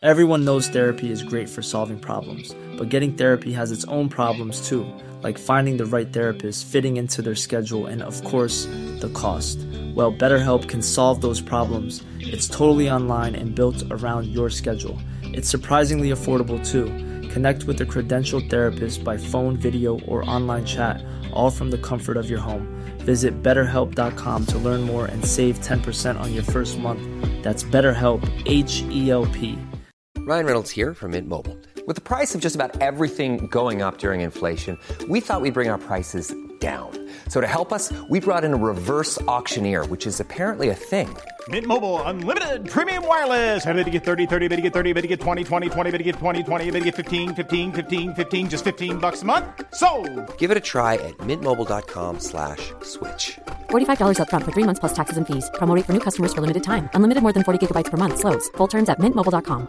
Everyone knows therapy is great for solving problems, but getting therapy has its own problems too, like finding the right therapist, fitting into their schedule, and of course, the cost. Well, BetterHelp can solve those problems. It's totally online and built around your schedule. It's surprisingly affordable too. Connect with a credentialed therapist by phone, video, or online chat, all from the comfort of your home. Visit BetterHelp.com to learn more and save 10% on your first month. That's BetterHelp, H-E-L-P. Ryan Reynolds here from Mint Mobile. With the price of just about everything going up during inflation, we thought we'd bring our prices down. So to help us, we brought in a reverse auctioneer, which is apparently a thing. Mint Mobile Unlimited Premium Wireless. How to get 30, 30, how to get 30, how to get 20, 20, 20, how to get 20, 20, how to get 15, 15, 15, 15, just $15 a month? Sold! Give it a try at mintmobile.com/switch. $45 up front for 3 months plus taxes and fees. Promo rate for new customers for limited time. Unlimited more than 40 gigabytes per month. Slows full terms at mintmobile.com.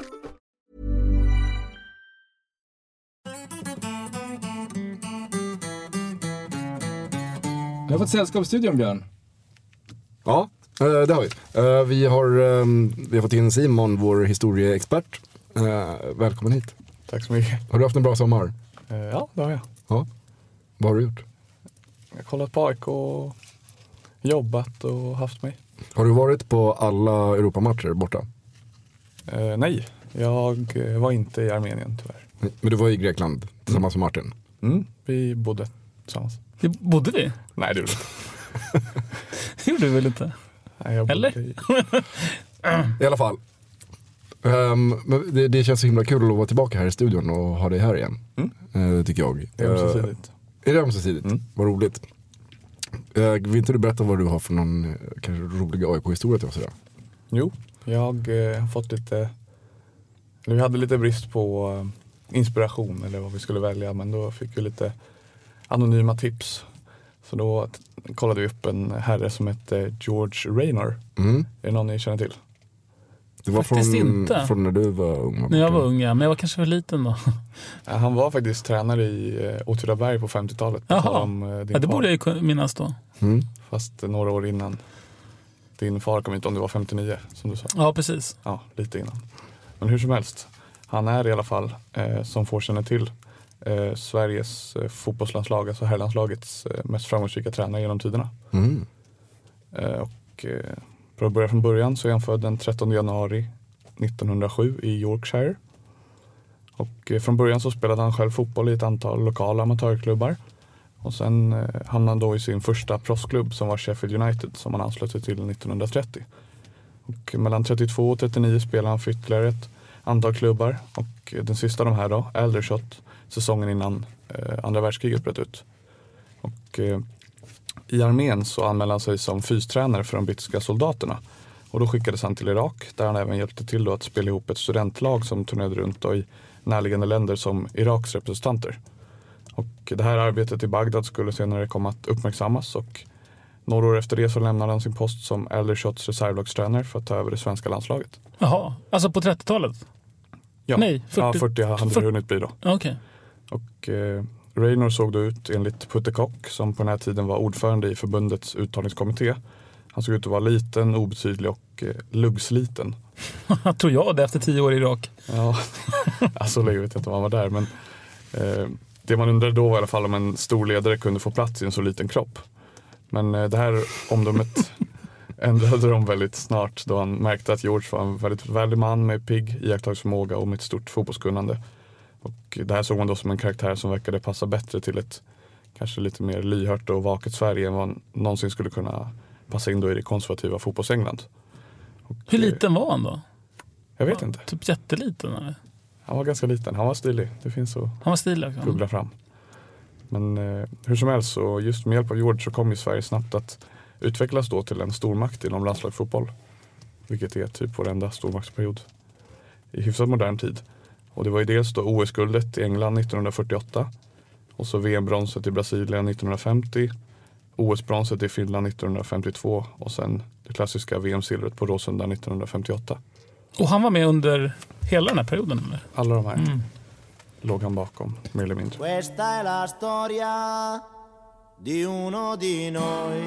Jag har fått sällskap i studion, Björn. Ja, det har vi. Vi har fått in Simon, vår historieexpert. Välkommen hit. Tack så mycket. Har du haft en bra sommar? Ja, det har jag. Ja. Vad har du gjort? Jag har kollat på AIK och jobbat och haft mig. Har du varit på alla Europamatcher borta? Nej, jag var inte i Armenien tyvärr. Men du var i Grekland tillsammans med Martin? Vi bodde tillsammans. Bodde vi? Nej, det gjorde vi inte. Det gjorde vi väl inte? Nej, jag eller? I alla fall. Men det känns så himla kul att vara tillbaka här i studion och ha dig här igen. Tycker jag. Det är ömsesidigt. Är det ömsesidigt? Vad roligt. Vill inte du berätta vad du har för någon kanske rolig AIK-historia till oss idag? Jo, jag har fått lite... Vi hade lite brist på inspiration eller vad vi skulle välja, men då fick vi lite anonyma tips. Så då kollade vi upp en herre som hette George Raynor. Är det någon ni känner till? Det var från när du var ung. När jag var ung, ja, men jag var kanske för liten då. Ja, han var faktiskt tränare i Åtvidaberg på 50-talet. Jaha, det borde jag ju minnas då. Fast några år innan. Din far kom inte om du var 59, som du sa. Ja, precis. Ja, lite innan. Men hur som helst, han är i alla fall, som får känna till, Sveriges fotbollslandslag, alltså herrlandslagets mest framgångsrika tränare genom tiderna. Och för att börja från början så är han född den 13 januari 1907 i Yorkshire. Och från början så spelade han själv fotboll i ett antal lokala amatörklubbar. Och sen hamnade han då i sin första proffsklubb som var Sheffield United, som han anslöt sig till 1930. Och mellan 32 och 39 spelade han för ytterligare ett antal klubbar. Och den sista av de här då, Aldershot, säsongen innan andra världskriget bröt ut. Och i armén så anmälde han sig som fystränare för de brittiska soldaterna. Och då skickades han till Irak, där han även hjälpte till då att spela ihop ett studentlag som turnerade runt då i närliggande länder som Iraks representanter. Och det här arbetet i Bagdad skulle senare komma att uppmärksammas, och några år efter det så lämnade han sin post som Aldershots reservlagstränare för att ta över det svenska landslaget. Jaha, alltså på 30-talet? Ja, nej, 40 hade det hunnit bli då. Okej. Och Raynor såg då ut enligt Putte Kock, som på den här tiden var ordförande i förbundets uttagningskommitté. Han såg ut att vara liten, obetydlig och luggsliten. Tror jag det efter 10 år i Irak. Ja, alltså jag vet inte om han var där, men det man undrade då var i alla fall om en stor ledare kunde få plats i en så liten kropp. Men det här omdömet ändrade de väldigt snart, då han märkte att George var en väldigt värdig man med pigg iakttagelseförmåga och med ett stort fotbollskunnande. Och det här såg man då som en karaktär som verkade passa bättre till ett kanske lite mer lyhört och vaket Sverige än vad någonsin skulle kunna passa in då i det konservativa fotbolls-England. Och, hur liten var han då? Jag vet inte. Typ jätteliten eller? Han var ganska liten, han var stilig. Det finns så han var stilig också. Googla fram. Men hur som helst, så just med hjälp av George så kom ju Sverige snabbt att utvecklas då till en stormakt inom landslagsfotboll. Vilket är typ vår enda stormaktsperiod i hyfsat modern tid. Och det var ju dels då OS-guldet i England 1948. Och så VM-bronset i Brasilien 1950. OS-bronset i Finland 1952. Och sen det klassiska VM-silvret på Råsunda 1958. Och han var med under hela den här perioden eller? Alla de här låg han bakom, mer eller mindre. Questa è la storia di uno di noi.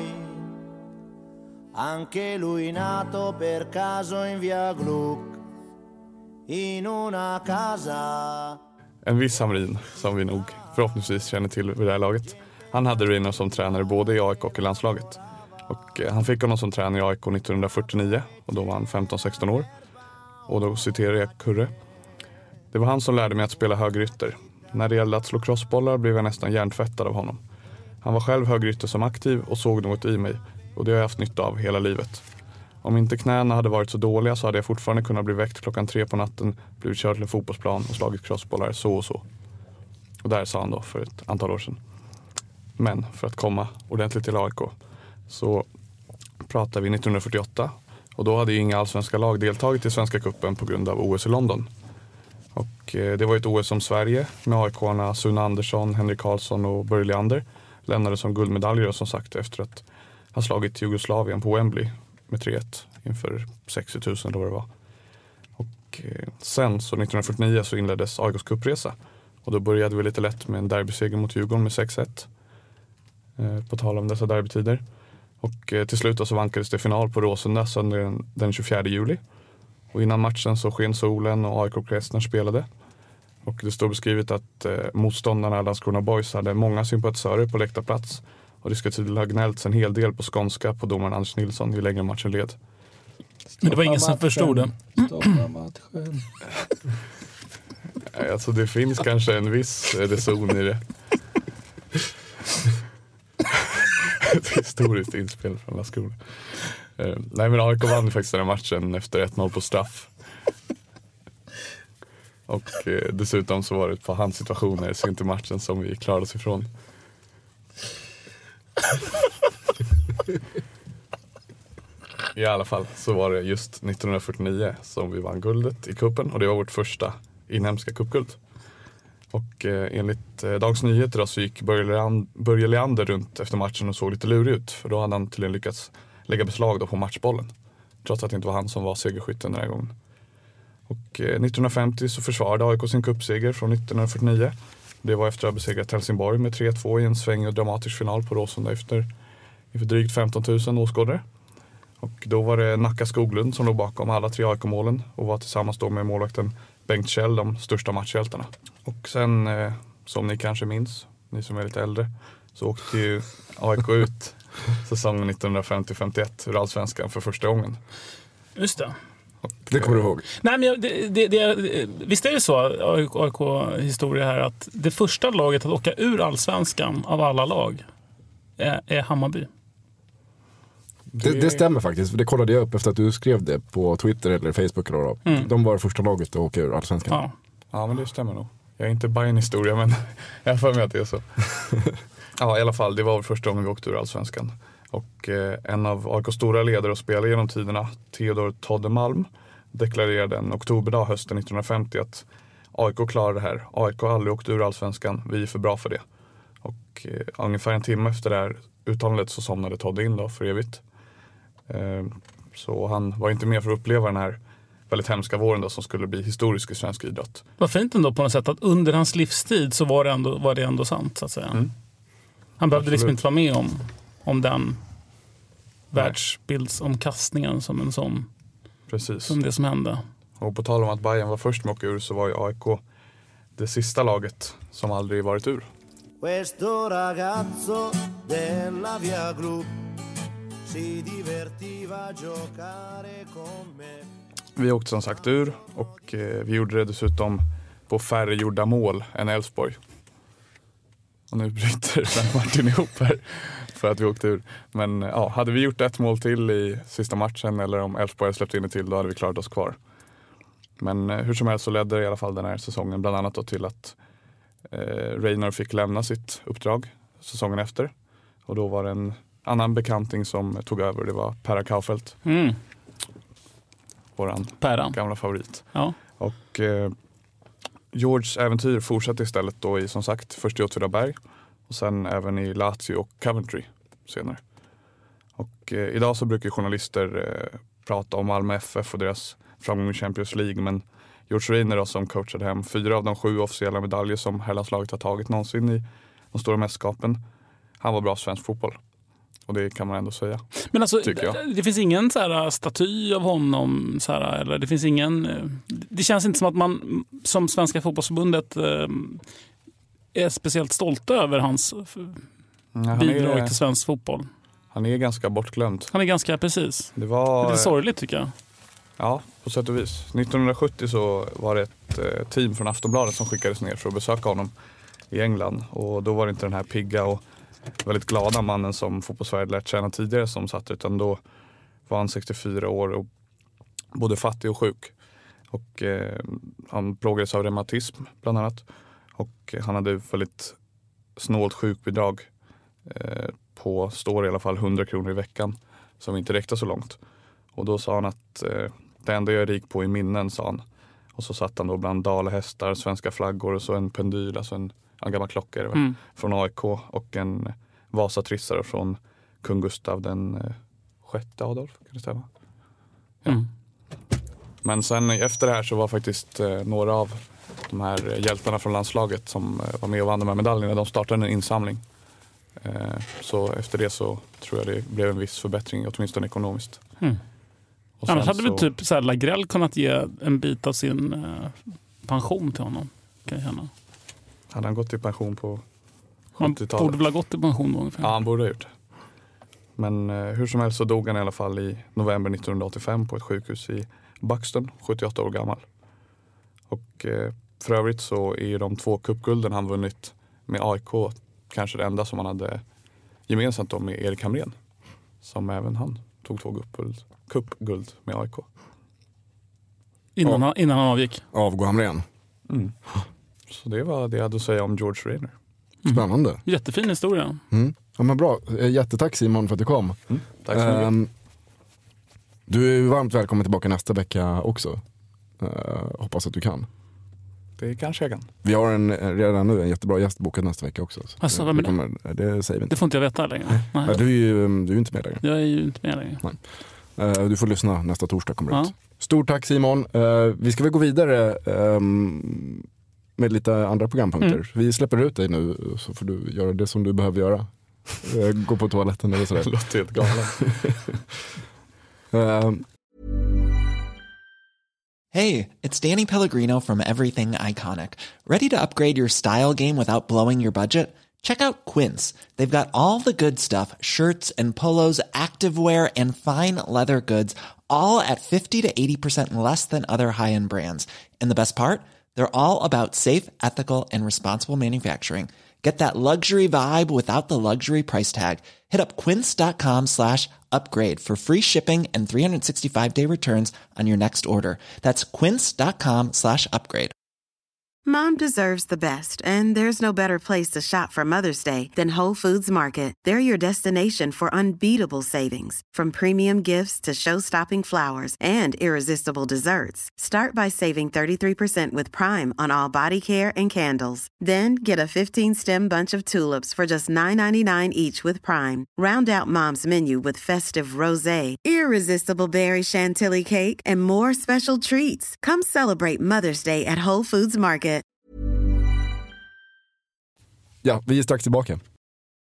Anche lui nato per caso in via Gluck. in una casa. En viss Hamrin, som vi nog förhoppningsvis känner till vid det här laget, han hade Reynor som tränare både i AIK och i landslaget. Och han fick honom som tränare i AIK 1949 och då var han 15-16 år. Och då citerar jag Kurre. Det var han som lärde mig att spela högerytter. När det gällde att slå crossbollar blev jag nästan hjärntvättad av honom. Han var själv högerytter som aktiv och såg något i mig. Och det har jag haft nytta av hela livet. Om inte knäna hade varit så dåliga så hade jag fortfarande kunnat bli väckt 3:00 på natten, blivit körd till en fotbollsplan och slagit crossbollar så och så. Och där sa han då för ett antal år sedan. Men för att komma ordentligt till AIK så pratar vi 1948. Och då hade ju inga allsvenska lag deltagit i Svenska cupen på grund av OS i London. Och det var ett OS som Sverige med AIK-arna Sune Andersson, Henrik Karlsson och Börje Leander lämnade som guldmedaljer som sagt efter att ha slagit Jugoslavien på Wembley med 3-1 inför 60 000 då det var. Och sen så 1949 så inleddes AIKs cupresa och då började vi lite lätt med en derbyseger mot Djurgården med 6-1 på tal om dessa derbytider. Och till slut så vankades det final på Råsunda söndagen den 24 juli. Och innan matchen så sken solen och AIK-orkestern spelade. Och det står beskrivet att motståndarna Landskrona Boys hade många sympatisörer på läktarplats. Och det ska tydligen ha gnällts en hel del på skånska på domaren Anders Nilsson ju längre matchen led. Men det var ingen som förstod det. Stoppa matchen. Alltså det finns kanske en viss reson i det. Ett historiskt inspel från Landskrona. Nej men AIK vann faktiskt den här matchen efter 1-0 på straff. Och dessutom så var det ett par handsituationer sent i matchen som vi klarade oss ifrån. I alla fall så var det just 1949 som vi vann guldet i kuppen och det var vårt första inhemska cupguld. Och enligt Dagens Nyheter då, så gick Börje Leander runt efter matchen och såg lite lurig ut. För då hade han tydligen lyckats lägga beslag då på matchbollen. Trots att det inte var han som var segerskytten den här gången. Och 1950 så försvarade AIK sin cupseger från 1949. Det var efter att ha besegrat Helsingborg med 3-2 i en svängig och dramatisk final på Råsunda inför drygt 15 000 åskådare. Och då var det Nacka Skoglund som låg bakom alla 3 AIK-målen och var tillsammans då med målvakten Bengt Kjell de största matchhjältarna. Och sen, som ni kanske minns, ni som är lite äldre, så åkte ju AIK ut säsongen 1950-51 ur Allsvenskan för första gången. Just det. Det kommer du ihåg? Nej, men visst är det så, AIK-historia här, att det första laget att åka ur Allsvenskan av alla lag är Hammarby. Det stämmer faktiskt, för det kollade jag upp efter att du skrev det på Twitter eller Facebook. De var första laget att åka ur Allsvenskan. Ja, men det stämmer nog. Jag är inte Bayern-historia, men jag har för mig att det är så. Ja, i alla fall, det var första gången vi åkte ur Allsvenskan. Och en av AIKs stora ledare och spelare genom tiderna, Theodor Todde Malm, deklarerade en oktoberdag hösten 1950 att AIK klarar det här. AIK har aldrig åkt ur Allsvenskan, vi är för bra för det. Och ungefär en timme efter det här uttalandet så somnade Todde in då för evigt. Så han var inte med för att uppleva den här väldigt hemska våren då, som skulle bli historisk i svensk idrott. Vad fint ändå på något sätt att under hans livstid så var det ändå sant, så att säga. Han behövde liksom inte vara med om den världsbildsomkastningen som en sån. Precis. Som det som hände. Och på tal om att Bayern var först med att åka ur så var ju AIK det sista laget som aldrig varit ur. Questo ragazzo della via Gru si divertiva a giocare con me. Vi åkte som sagt ur och vi gjorde det dessutom på färre gjorda mål än Elfsborg. Och nu bryter Frank Martin ihop här för att vi åkte ur. Men ja, hade vi gjort ett mål till i sista matchen eller om Elfsborg hade släppt in det till, då hade vi klarat oss kvar. Men hur som helst så ledde det i alla fall den här säsongen bland annat då till att Reynor fick lämna sitt uppdrag säsongen efter. Och då var det en annan bekanting som tog över. Det var Perra Kaufelt. Våran gamla favorit. Ja. Och Georges äventyr fortsatte istället då i som sagt först i Åtvidaberg och sen även i Lazio och Coventry senare. Och idag så brukar journalister prata om Malmö FF och deras framgång i Champions League, men George Reynor då, som coachade hem 4 av de 7 officiella medaljer som herrlandslaget har tagit någonsin i de stora mästerskapen. Han var bra svensk fotboll. Och det kan man ändå säga. Men alltså, tycker jag. Det finns ingen så här staty av honom så här, eller det finns ingen. Det känns inte som att man som Svenska fotbollsförbundet är speciellt stolta över hans bidrag till svensk fotboll. Han är ganska bortglömd. Han är ganska precis. Det var lite sorgligt tycker jag. Ja, på sätt och vis. 1970 så var det ett team från Aftonbladet som skickades ner för att besöka honom i England. Och då var det inte den här pigga och väldigt glada mannen som Fotbollssverige lärt känna tidigare som satt, utan då var han 64 år och både fattig och sjuk. Och han plågades av reumatism bland annat. Och han hade väldigt snålt sjukbidrag på, står i alla fall 100 kronor i veckan, som inte räckte så långt. Och då sa han att det enda jag är rik på i minnen, sa han. Och så satt han då bland dalahästar, svenska flaggor och så en pendyl, alltså en gammal klocka från AIK och en Vasatrissare från kung Gustav den 6 Adolf, kan det stämma? Ja. Men sen efter det här så var faktiskt några av de här hjältarna från landslaget som var med och vann de här medaljerna, de startade en insamling. Så efter det så tror jag det blev en viss förbättring, åtminstone ekonomiskt. Annars hade väl typ så här Lagrell kunnat ge en bit av sin pension till honom, kan jag känna. Hade han gått i pension på 70-talet? Han borde väl ha gått i pension då ungefär. Ja, han borde ha gjort det. Men hur som helst så dog han i alla fall i november 1985 på ett sjukhus i Buxton, 78 år gammal. Och för övrigt så är ju de 2 cupgulden han vunnit med AIK kanske det enda som han hade gemensamt då med Erik Hamrén. Som även han tog 2 cupguld med AIK. Innan han avgick. Avgå Hamrén. Så det var det jag hade att säga om George Rayner. Spännande. Jättefin historia. Ja, men bra. Jättetack Simon för att du kom. Tack så mycket. Du är varmt välkommen tillbaka nästa vecka också. Hoppas att du kan. Det kanske jag kan. Vi har redan nu en jättebra gäst bokad nästa vecka också. Alltså, vem är det? Det säger vi inte. Det får inte jag veta längre. Nej. Du är ju inte med längre. Jag är ju inte med längre. Nej. Du får lyssna nästa torsdag kommer ut. Stort tack Simon. Vi ska väl gå vidare med lite andra programpunkter. Vi släpper ut dig nu så får du göra det som du behöver göra. Gå på toaletten eller sådär. Det låter helt galet. Hey, it's Danny Pellegrino from Everything Iconic. Ready to upgrade your style game without blowing your budget? Check out Quince. They've got all the good stuff, shirts and polos, activewear and fine leather goods, all at 50 to 80% less than other high-end brands. And the best part? They're all about safe, ethical, and responsible manufacturing. Get that luxury vibe without the luxury price tag. Hit up quince.com/upgrade for free shipping and 365-day returns on your next order. That's quince.com/upgrade. Mom deserves the best, and there's no better place to shop for Mother's Day than Whole Foods Market. They're your destination for unbeatable savings, from premium gifts to show-stopping flowers and irresistible desserts. Start by saving 33% with Prime on all body care and candles. Then get a 15-stem bunch of tulips for just $9.99 each with Prime. Round out Mom's menu with festive rosé, irresistible berry chantilly cake, and more special treats. Come celebrate Mother's Day at Whole Foods Market. Ja, vi är strax tillbaka.